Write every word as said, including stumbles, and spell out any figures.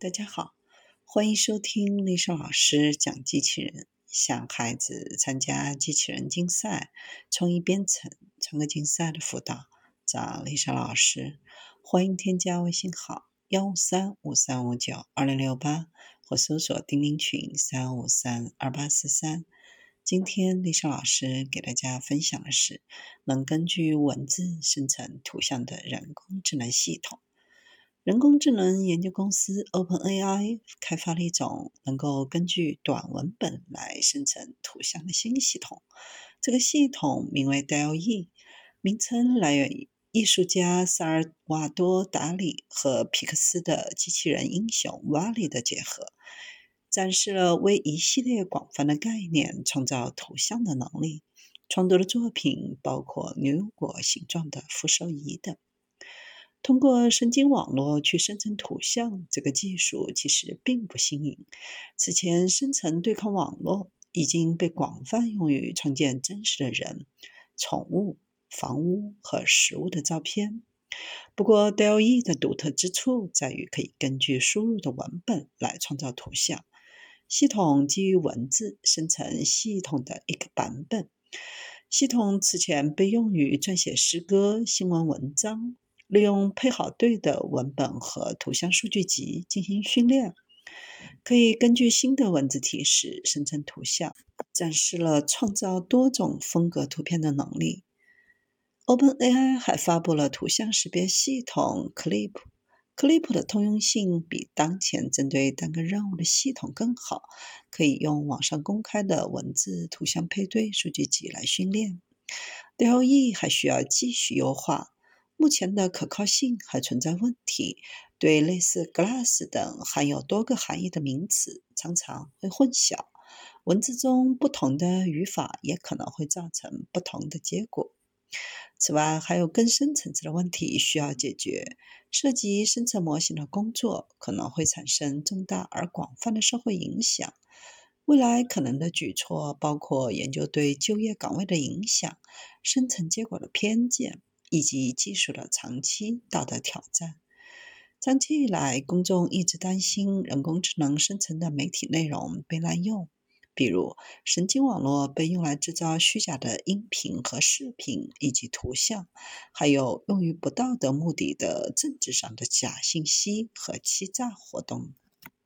大家好，欢迎收听丽莎老师讲机器人，向孩子参加机器人竞赛、创意编程、创客竞赛的辅导，找丽莎老师。欢迎添加微信号幺五三五三五九二零六八，或搜索钉钉群三五三二八四三。今天丽莎老师给大家分享的是能根据文字生成图像的人工智能系统。人工智能研究公司 OpenAI 开发了一种能够根据短文本来生成图像的新系统。这个系统名为 D A L L-E， 名称来源于艺术家萨尔瓦多·达里和皮克斯的机器人英雄瓦力的结合，展示了为一系列广泛的概念创造图像的能力。创作的作品包括牛油果形状的扶手椅等。通过神经网络去生成图像，这个技术其实并不新颖。此前，生成对抗网络已经被广泛用于创建真实的人、宠物、房屋和食物的照片。不过 D A L L-E 的独特之处在于可以根据输入的文本来创造图像。系统基于文字生成系统的一个版本。系统此前被用于撰写诗歌、新闻文章，利用配好对的文本和图像数据集进行训练，可以根据新的文字提示生成图像，展示了创造多种风格图片的能力。OpenAI 还发布了图像识别系统 Clip。Clip 的通用性比当前针对单个任务的系统更好，可以用网上公开的文字图像配对数据集来训练。D A L L-E 还需要继续优化，目前的可靠性还存在问题，对类似 glass 等含有多个含义的名词常常会混淆，文字中不同的语法也可能会造成不同的结果。此外，还有更深层次的问题需要解决，涉及生成模型的工作可能会产生重大而广泛的社会影响。未来可能的举措包括研究对就业岗位的影响、生成结果的偏见，以及技术的长期道德挑战。长期以来，公众一直担心人工智能生成的媒体内容被滥用，比如神经网络被用来制造虚假的音频和视频以及图像，还有用于不道德目的的政治上的假信息和欺诈活动。